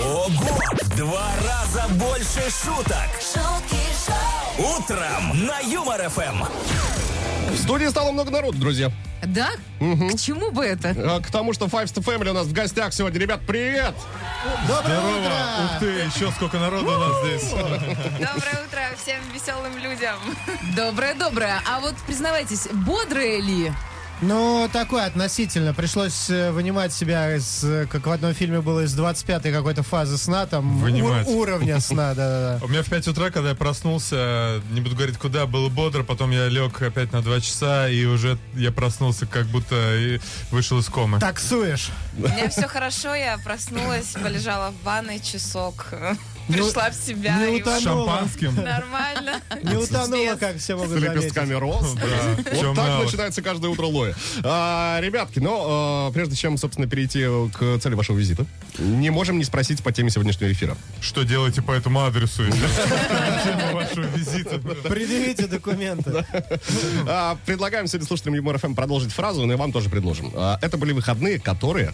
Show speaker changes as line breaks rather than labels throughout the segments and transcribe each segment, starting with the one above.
Ого! В 2 раза больше шуток.
Шутки шоу.
Утром на Юмор ФМ.
В студии стало много народу, друзья.
Да? К чему бы это?
К тому, что Five Star Family у нас в гостях сегодня. Ребят, привет!
Здорово! Ух ты, еще сколько народу у нас здесь.
Доброе утро всем веселым людям.
Доброе. А вот признавайтесь, бодрые ли?
Ну, такое относительно. Пришлось вынимать себя как в одном фильме было, из 25-й какой-то фазы сна, там,
Вынимать.
уровня сна, да.
У меня в 5 утра, когда я проснулся, не буду говорить куда, было бодро, потом я лег опять на 2 часа, и уже я проснулся, как будто и вышел из комы.
Таксуешь.
У меня все хорошо, я проснулась, полежала в ванной часок, пришла в себя.
не
и
утонула.
С шампанским.
Нормально.
Не утонула,
Без.
как все
С
могут заметить.
лепестками роз.
Да,
Вот
чё
так
мало.
начинается каждое утро Лоя. Ребятки, прежде чем, собственно, перейти к цели вашего визита, не можем не спросить по теме сегодняшнего эфира.
Что делаете по этому адресу? Тема вашего визита.
Предъявите документы.
Предлагаем сегодня слушателям Юмор ФМ продолжить фразу, но и вам тоже предложим. Это были выходные, которые...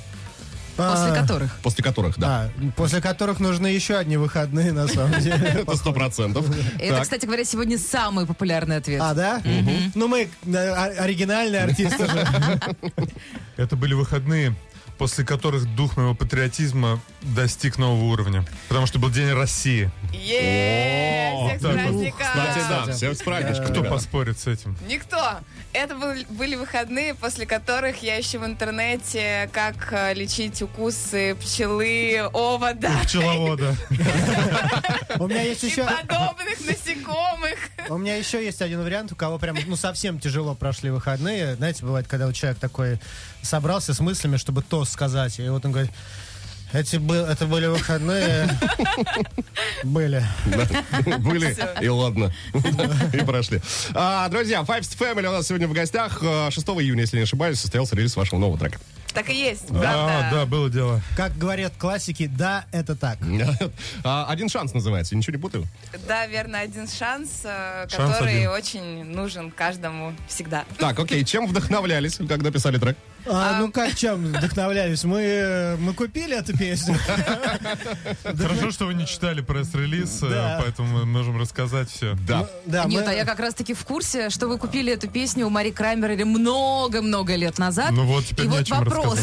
После которых?
Да.
После которых нужны еще одни выходные, на самом деле.
Это 100%.
Это,
Так.
кстати говоря, сегодня самый популярный ответ.
А, да? Ну, мы оригинальные артисты же.
Это были выходные, после которых дух моего патриотизма достиг нового уровня. Потому что был День России.
Всех с
так вот.
праздником.
Кстати, да, всем с праздничком.
Кто
ребята.
поспорит с этим?
Никто. Это были выходные, после которых я ищу в интернете, как лечить укусы пчелы, овода
Пчеловода.
У меня есть
и
еще...
подобных насекомых.
У меня еще есть один вариант, у кого прям, совсем тяжело прошли выходные. Знаете, бывает, когда вот человек такой собрался с мыслями, чтобы тост сказать, и вот он говорит, это были выходные. Были.
Да, были, и ладно. И прошли. Друзья, Five Star Family у нас сегодня в гостях. 6 июня, если не ошибаюсь, состоялся релиз вашего нового трека.
Так и есть,
Да,
правда.
было дело.
Как говорят классики, да, это так.
«Один шанс» называется, я ничего не путаю?
Да, верно, один шанс, который
один.
очень нужен каждому всегда.
Так, окей, чем вдохновлялись, когда писали трек?
Как чем вдохновлялись? Мы купили эту песню.
Хорошо, что вы не читали пресс-релиз,
Да.
поэтому мы можем рассказать все.
Да.
Да,
Нет,
мы-
а я как раз-таки в курсе, что вы купили эту песню у Мари Краймбрери много-много лет назад.
Ну вот, теперь
И
не о
вот
чем
вопрос.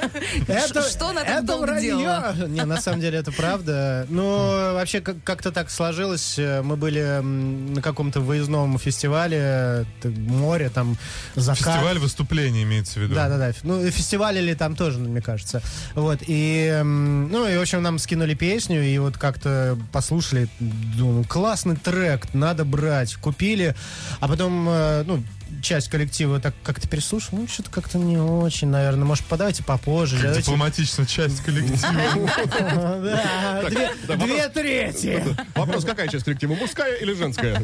Что она так долго
вранье.
делала?
Не, на самом деле это правда. Ну, вообще как-то так сложилось. Мы были на каком-то выездном фестивале, море, там, закат.
Фестиваль выступлений имеется в виду.
Да. Ну, и фестивалили там тоже, мне кажется. Вот, и, в общем, нам скинули песню, и вот как-то послушали, думаю, классный трек, надо брать. Купили, а потом, часть коллектива так как-то переслушал, что-то как-то не очень, наверное. Может, подавайте попозже.
Как
Давайте-
дипломатично, часть коллектива.
Да, две трети.
Вопрос, какая часть коллектива, мужская или женская?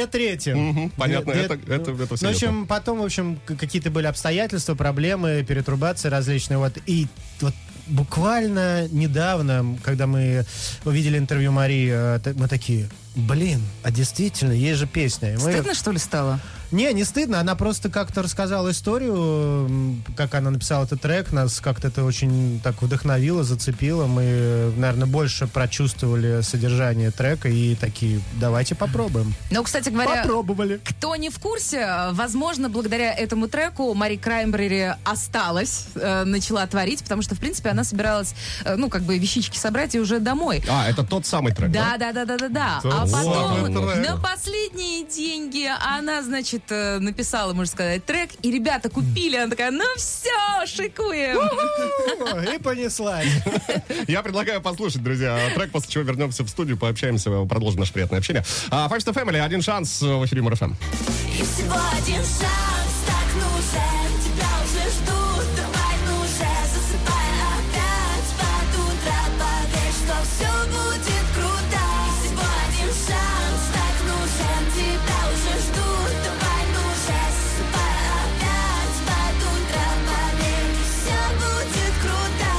2/3.
Понятно,
Две-
это
Ну, в
серьезно.
общем, потом, какие-то были обстоятельства, проблемы, перетрубации различные. Вот. И вот буквально недавно, когда мы увидели интервью Марии, мы такие, а действительно, есть же песня. И мы-
Стыдно, что ли, стало?
Не стыдно, она просто как-то рассказала историю, как она написала этот трек, нас как-то это очень так вдохновило, зацепило, мы, наверное, больше прочувствовали содержание трека и такие, давайте попробуем.
Ну, кстати говоря,
Попробовали.
кто не в курсе, возможно, благодаря этому треку Мари Краймбрери осталась, начала творить, потому что, в принципе, она собиралась, вещички собрать и уже домой.
Это тот самый трек, да?
Да.
Тот
А
самый
потом
трек.
на последние деньги она, значит, написала, можно сказать, трек, и ребята купили. Она такая, ну все, шикуем.
И понеслась.
Я предлагаю послушать, друзья, трек, после чего вернемся в студию, пообщаемся, продолжим наше приятное общение. Five Star Family, «Один шанс» в эфире Юмор ФМ.
И всего один шанс, так нужен. Тебя уже ждут, давай, ну же. Засыпай опять под утро. Поверь, что все будет круто. И всего один шанс, так нужен. Тебя уже ждут, давай, ну же. Засыпай опять под утро. Поверь, все будет круто.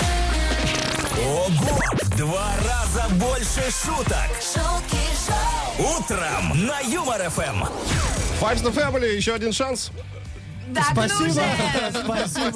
Ого! В 2 раза больше шуток.
Шутки шоу.
Утром на Юмор ФМ.
Five Star Family, еще один шанс.
Да,
Спасибо.
Спасибо.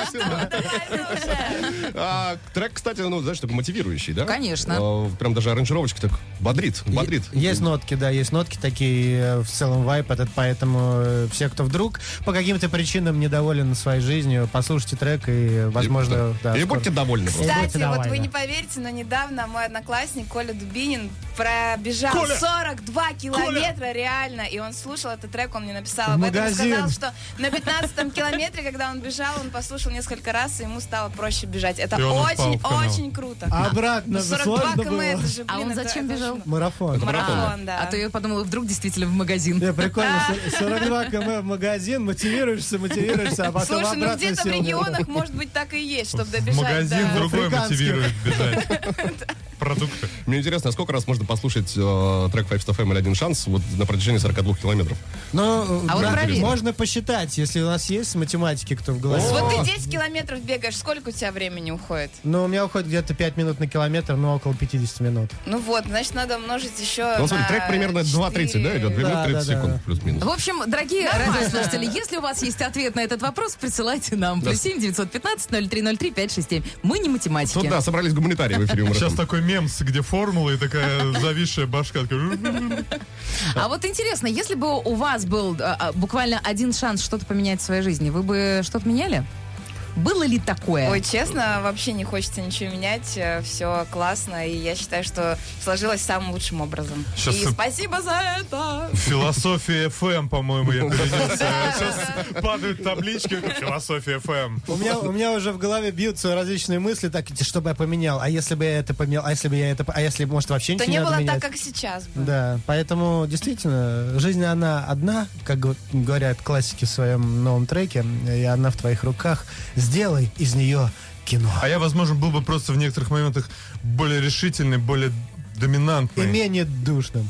Трек, кстати, ну, знаешь, такой мотивирующий, да?
Конечно.
Прям даже аранжировочка так бодрит.
Есть нотки, да, есть нотки такие, в целом вайп этот, поэтому все, кто вдруг по каким-то причинам недоволен своей жизнью, послушайте трек и, возможно, да.
И
скоро-
будьте довольны. просто.
Будьте
Кстати, вот вы
довольны.
не поверите, но недавно мой одноклассник Коля Дубинин пробежал 42 километра реально, и он слушал этот трек, он мне написал об этом,
Магазин.
сказал, что на 15-м километре, когда он бежал, он послушал несколько раз, и ему стало проще бежать. Это
И он упал в канал.
очень круто.
Обратно,
42
сложно
км,
было.
это же,
А он
это
зачем бежал?
очень-
Марафон.
Марафон, да.
А то я подумала, вдруг действительно в магазин.
Не, прикольно, 42 км в магазин, мотивируешься, а потом
Слушай, ну
обратно
где-то в
сел.
регионах, может быть, так и есть, чтобы
В
добежать.
магазин
до-
другой
Африканский.
мотивирует бежать. Продукты.
Мне интересно, а сколько раз можно послушать трек Five Star Family «Один шанс» вот на протяжении 42 километров?
Ну,
А вот
да,
проверь.
можно посчитать, если у нас есть математики, кто в голове.
Вот ты 10 километров бегаешь, сколько у тебя времени уходит?
Ну, у меня уходит где-то 5 минут на километр, но около 50 минут.
Ну вот, значит, надо умножить еще
Ну, смотри,
на
трек примерно 2:30, да, идет? 2
Да,
минуты 30
да, да.
секунд плюс-минус.
В общем, дорогие радиослушатели, если у вас есть ответ на этот вопрос, присылайте нам. Плюс 7 915 0303 567. Мы не математики.
Тут, да, собрались гуманитарии в эфире «Юмор
Сейчас
ФМ».
такой мемс, где формула и такая зависшая башка. такая,
А вот интересно, если бы у вас был буквально один шанс что-то поменять в своей жизни, вы бы что-то меняли? Было ли такое?
Ой, честно, вообще не хочется ничего менять. Все классно, и я считаю, что сложилось самым лучшим образом.
Щас-
И спасибо за это!
Философия ФМ, по-моему, я перенес. Сейчас падают таблички, философия ФМ.
У меня уже в голове бьются различные мысли, так, что бы я поменял, а если бы я это поменял, а если бы я это, а если, может, вообще
То
ничего
не
не надо
было
менять.
так, как сейчас бы.
Да, поэтому, действительно, жизнь, она одна, как говорят классики в своем новом треке, и она в твоих руках. Сделай из нее кино.
А я, возможно, был бы просто в некоторых моментах более решительный, более
И
доминантный.
менее душным.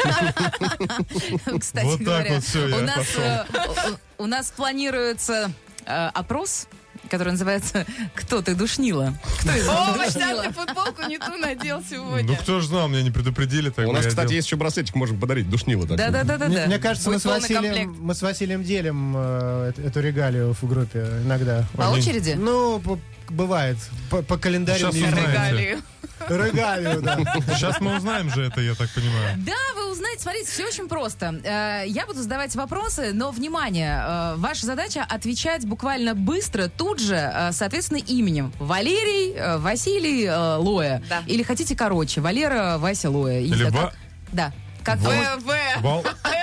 Кстати
Вот так
говоря,
вот всё, я
у нас планируется опрос, который называется «Кто ты душнила?». Кто из вас
О, Вася,
душнила?
ты футболку не ту надел
Ну,
сегодня.
кто же знал, меня не предупредили. Так
У
бы
нас,
я
кстати,
одел.
есть еще браслетик, можем подарить, душнило. так.
Да-да-да-да.
Мне кажется,
Будет полный комплект.
мы с Василием делим эту регалию в группе иногда.
По очереди?
Ну, бывает. По календарю.
Сейчас
не
узнаем.
видно.
Регалию.
Регалию, да.
Сейчас мы узнаем же это, я так понимаю.
Да, вы узнаете, смотрите, все очень просто. Я буду задавать вопросы, но, внимание, ваша задача отвечать буквально быстро, тут же, соответственно, именем. Валерий, Василий, Лоя.
Да.
Или хотите короче, Валера, Вася, Лоя.
Или
как?
Ва-
Да. Как вы
Вал-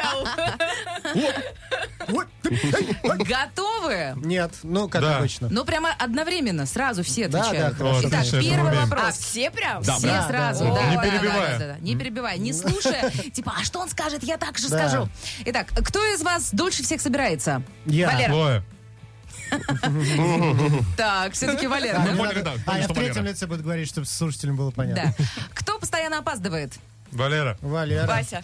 готовы?
Нет, ну, как
Да.
обычно.
Ну, прямо одновременно, сразу все
Да,
отвечают.
да, хорошо.
Итак,
Отлично, это
первый
мы умеем.
вопрос.
А все прям?
Да,
Все
да,
сразу,
да.
да.
Не
да,
перебивая.
да, не перебивая, не слушая. Типа, а что он скажет, я так же
Да.
скажу. Итак, кто из вас дольше всех собирается?
Я.
Валера.
Лоя.
Так, все-таки Валера.
Мы
да?
поняли, да.
А я
что
в третьем
Валера.
лице буду говорить, чтобы слушателям было понятно.
Да. Кто постоянно опаздывает?
Валера.
Валера.
Вася.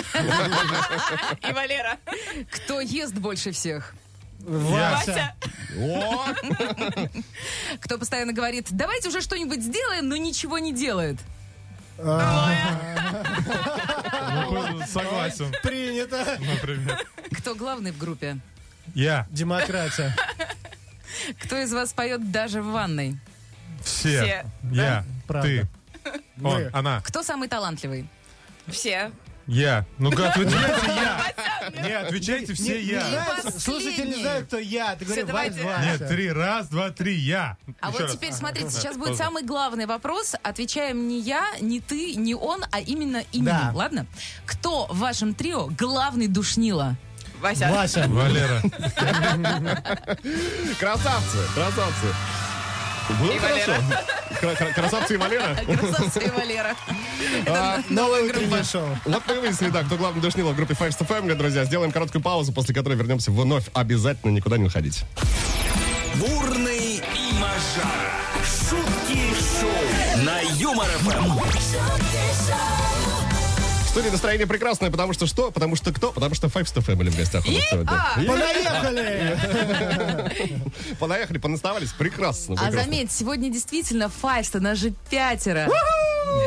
И Валера.
Кто ест больше всех?
Вася.
О,
Кто постоянно говорит, давайте уже что-нибудь сделаем, но ничего не делает?
Ну, согласен,
Принято.
например.
Кто главный в группе?
Я.
Демократия.
Кто из вас поет даже в ванной?
Все.
Все.
Я.
Правда.
Ты. Он.
Мы.
Она.
Кто самый талантливый?
Все.
Я. Ну-ка, отвечайте я. Не, отвечайте все я.
последний.
Слушайте, не знаю, кто я. Ты говори,
давайте.
Вася.
Нет, 3. Раз, два, 3. Я.
А
Еще
вот
раз.
теперь, смотрите, сейчас будет
Поздно.
самый главный вопрос. Отвечаем не я, не ты, не он, а именно именем.
Да.
Ладно? Кто в вашем трио главный душнила?
Вася.
Вася.
Валера.
красавцы, красавцы. Было
И
хорошо. Красавцы и Валера.
Красавцы и Валера.
Новое утреннее шоу.
Вот мы и выяснили, да, кто главный душнило в группе Five Star Family, друзья. Сделаем короткую паузу, после которой вернемся вновь. Обязательно никуда не уходить.
Бурный и Мажара. Шутки шоу на Юмор ФМ.
В студии настроение прекрасное, потому что что? Потому что кто? Потому что Five Star Family в гостях у нас сегодня.
Понаехали!
Понаехали, понаставались. Прекрасно.
А
прекрасно.
заметь, сегодня действительно Five Star, нас же 5.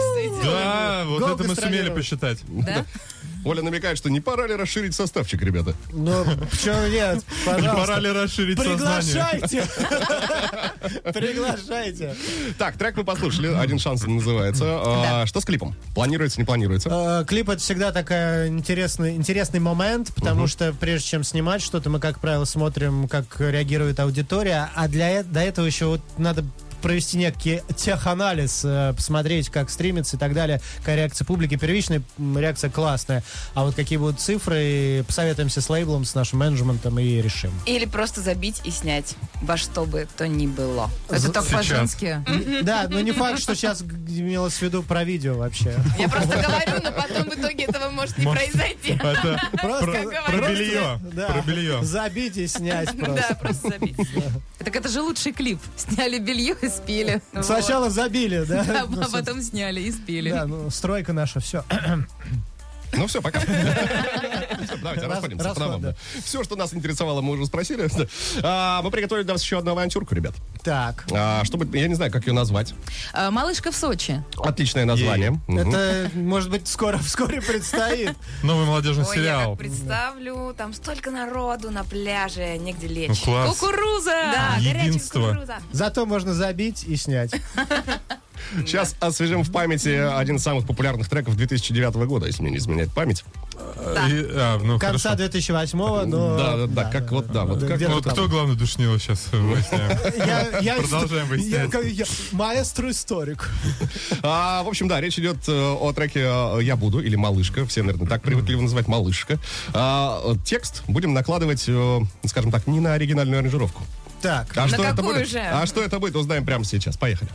Да, вот
Гол
это мы сумели
гастролировать.
посчитать.
Да?
Оля намекает, что не пора ли расширить составчик, ребята?
Ну, почему нет?
Не
Пожалуйста.
пора ли расширить сознание?
Приглашайте! Приглашайте.
Так, трек мы послушали, «Один шанс» он называется. Что с клипом? Планируется, не планируется?
Клип — это всегда такой интересный момент, потому что прежде чем снимать что-то, мы, как правило, смотрим, как реагирует аудитория, а до этого еще вот надо провести некий теханализ, посмотреть, как стримится и так далее, какая реакция публики. Первичная реакция классная, а вот какие будут цифры, посоветуемся с лейблом, с нашим менеджментом и решим.
Или просто забить и снять, во что бы то ни было.
Это так
Сейчас.
по-женски.
Да, но не факт, что сейчас имелось в виду про видео вообще.
Я просто говорю, но потом в итоге этого может не произойти.
Это
Просто
про белье.
да,
Про белье.
забить и снять
Да,
просто.
просто забить.
Так это же лучший клип. Сняли белье и спели.
Сначала забили, да?
А потом сняли и спели.
Да, ну, стройка наша, все.
Ну все, пока. Всё, давайте расходимся.
расход,
по-новому.
да.
Все, что нас интересовало, мы уже спросили. Мы приготовили для вас еще одну авантюрку, ребят.
Так,
Чтобы, я не знаю, как ее назвать.
Малышка в Сочи.
Отличное название. Мгм.
это, может быть, вскоре предстоит.
Новый молодежный
Ой, я
сериал.
как представлю, там столько народу на пляже, негде
Ну,
лечь.
класс.
Кукуруза!
Да, горячая
Единство.
кукуруза.
Зато можно забить и снять.
Сейчас освежим в памяти один из самых популярных треков 2009 года, если мне не изменяет память.
Ну,
Конца
хорошо.
2008-го, но...
Да, как вот, да, вот как
где-то
Вот
там.
кто главный душнил сейчас выясняем. Продолжаем выяснять.
Маэстро-историк.
В общем, да, речь идет о треке «Я буду» или «Малышка». Все, наверное, так привыкли его называть «Малышка». Текст будем накладывать, скажем так, не на оригинальную аранжировку.
Так,
А что это
какую
будет?
же?
А что это будет, узнаем прямо сейчас. Поехали.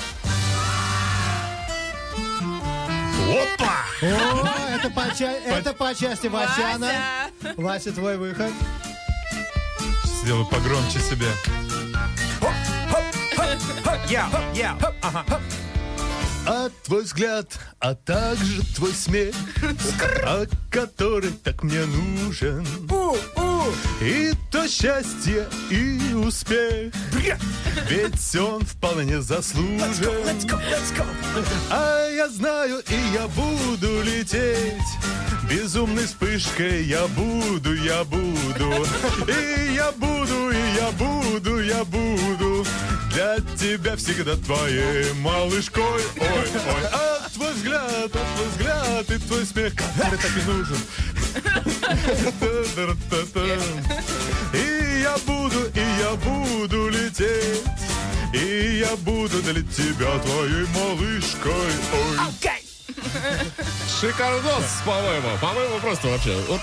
Опа!
о, это по части Васяна.
Вася.
Вася, твой выход.
Сделаю погромче себе.
А твой взгляд, а также твой смех, а который так мне нужен. И то счастье, и успех, ведь он вполне заслужен. А я знаю, и я буду лететь, безумной вспышкой я буду. И я буду для тебя всегда твоей малышкой. Ой, а твой взгляд, и твой смех, который так и нужен. И я буду лететь, и я буду для тебя твоей малышкой. Ой.
Шикардос, по-моему. По-моему, просто вообще. Вот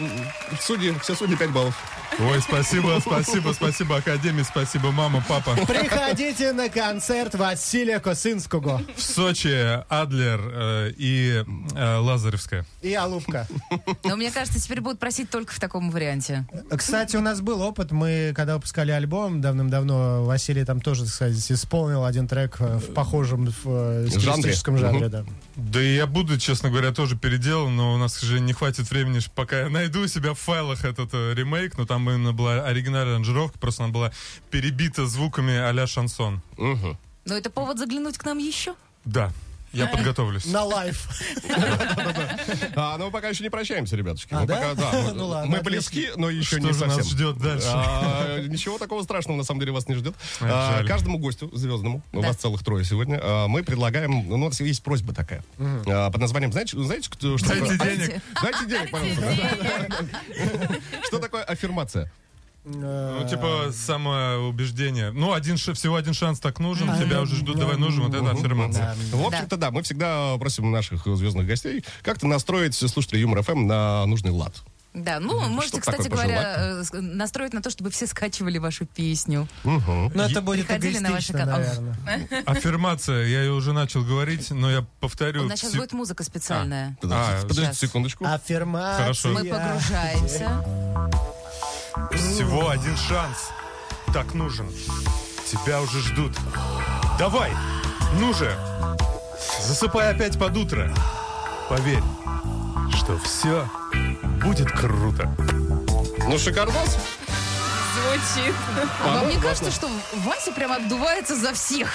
все судьи 5 баллов.
Ой, спасибо, Академии, спасибо, мама, папа.
Приходите на концерт Василия Косынского
В Сочи Адлер и Лазаревская.
и Алупка.
Но мне кажется, теперь будут просить только в таком варианте.
Кстати, у нас был опыт. Мы, когда выпускали альбом давным-давно, Василий там тоже, кстати, исполнил один трек в похожем стилистическом жанре. Да.
Да и я буду, честно говоря, тоже переделал, но у нас, к сожалению, не хватит времени, пока я найду у себя в файлах этот ремейк, но там именно была оригинальная аранжировка, просто она была перебита звуками а-ля шансон.
Угу.
Но это повод заглянуть к нам еще.
Да, я подготовлюсь.
На лайв.
Но мы пока еще не прощаемся, ребятушки.
А,
Мы
да?
пока, да,
Ну ладно,
мы
отлично.
близки, но еще
Что
не
же
совсем.
нас ждет дальше?
Ничего такого страшного на самом деле вас не ждет.
Жаль.
Каждому гостю звездному, у вас целых трое сегодня, мы предлагаем, у нас есть просьба такая, под названием, знаете, что
Дайте
такое?
денег.
Дайте денег, пожалуйста. Что такое аффирмация?
Ну, типа, самоубеждение. Ну, всего один шанс так нужен, тебя уже ждут, давай нужен, вот это аффирмация.
В общем-то, да, мы всегда просим наших звездных гостей как-то настроить слушателей Юмор ФМ на нужный лад.
Да, ну, можете,
Что
кстати
такое
говоря, настроить на то, чтобы все скачивали вашу песню.
Но это будет
Приходили на ваши
эгоистично,
каналы.
наверное.
Аффирмация, я ее уже начал говорить, но я повторю.
У нас сейчас будет музыка специальная.
Подождите
сейчас.
секундочку.
Аффирмация.
Хорошо.
Мы погружаемся.
Всего один шанс. Так нужен. Тебя уже ждут. Давай, ну же. Засыпай опять под утро. Поверь, что все будет круто.
Ну, шикардос.
Звучит.
А вам не кажется, что Вася прям отдувается за всех?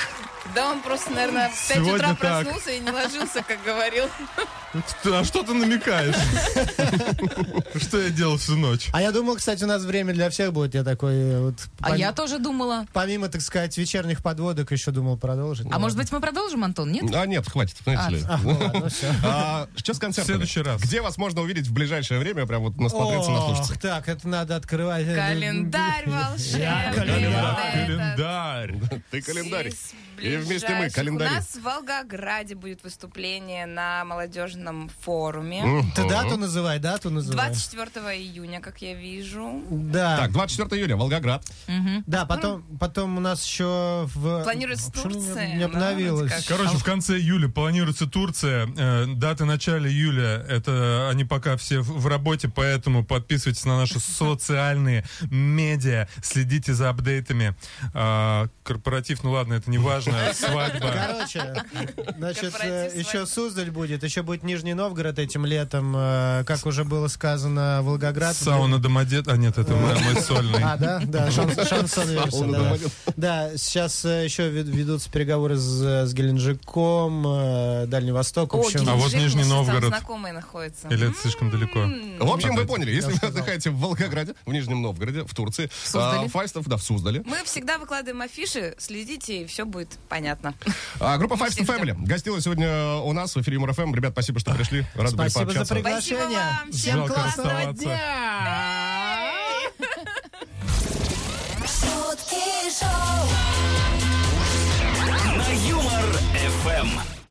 Да он просто, наверное, в 5
Сегодня
утра
так.
проснулся и не ложился, как говорил.
А что ты намекаешь? Что я делал всю ночь?
А я думал, кстати, у нас время для всех будет. Я такой вот...
А я тоже думала.
Помимо, так сказать, вечерних подводок еще думал продолжить.
А может быть, мы продолжим, Антон, нет?
А нет, хватит, знаете ли.
Ну ладно, все.
Что с концертами?
В следующий раз.
Где вас можно увидеть в ближайшее время, прям вот насмотреться, наслушаться?
Ох, так, это надо открывать.
Календарь волшебный.
Календарь.
Ты календарь.
Из
И вместе мы,
ближайших.
календарь.
У нас в Волгограде будет выступление на молодежном форуме.
Ты дату называй.
24 июня, как я вижу.
Да.
Так, 24 июля, Волгоград.
Да, потом у нас еще в...
Планируется
Почему
Турция,
Не
да,
обновилось.
вроде как.
Короче, в конце июля планируется Турция. Даты начала июля. Это они пока все в работе, поэтому подписывайтесь на наши социальные медиа, следите за апдейтами. Корпоратив, ну ладно, это не важно. Свадьба.
Короче, значит,
Корпоратив
еще
свадьба.
Суздаль будет, еще будет Нижний Новгород этим летом, как уже было сказано, Волгоград.
Сауна Домодед. А нет, это мой сольный.
А, да, шансон версия,
Сауна
да.
Домодед.
Да, сейчас еще ведутся переговоры с Геленджиком, Дальний Восток, в общем.
А вот
Геленджик,
Нижний
у нас там
Новгород.
знакомые находятся.
Или это слишком далеко?
В общем, вы поняли, если вы
сказал.
отдыхаете в Волгограде, в Нижнем Новгороде, в Турции,
Суздале.
Файстов, да, в Суздале.
Мы всегда выкладываем афиши, следите, и все будет понятно.
Группа Five to
Всегда.
Family гостила сегодня у нас в эфире МРФМ. Ребят, спасибо, что пришли. Рады были
Спасибо за
пообщаться.
приглашение.
Спасибо вам.
Всем
Жалко
классного
расставаться.
дня!
Шутки шоу.
На Юмор ФМ.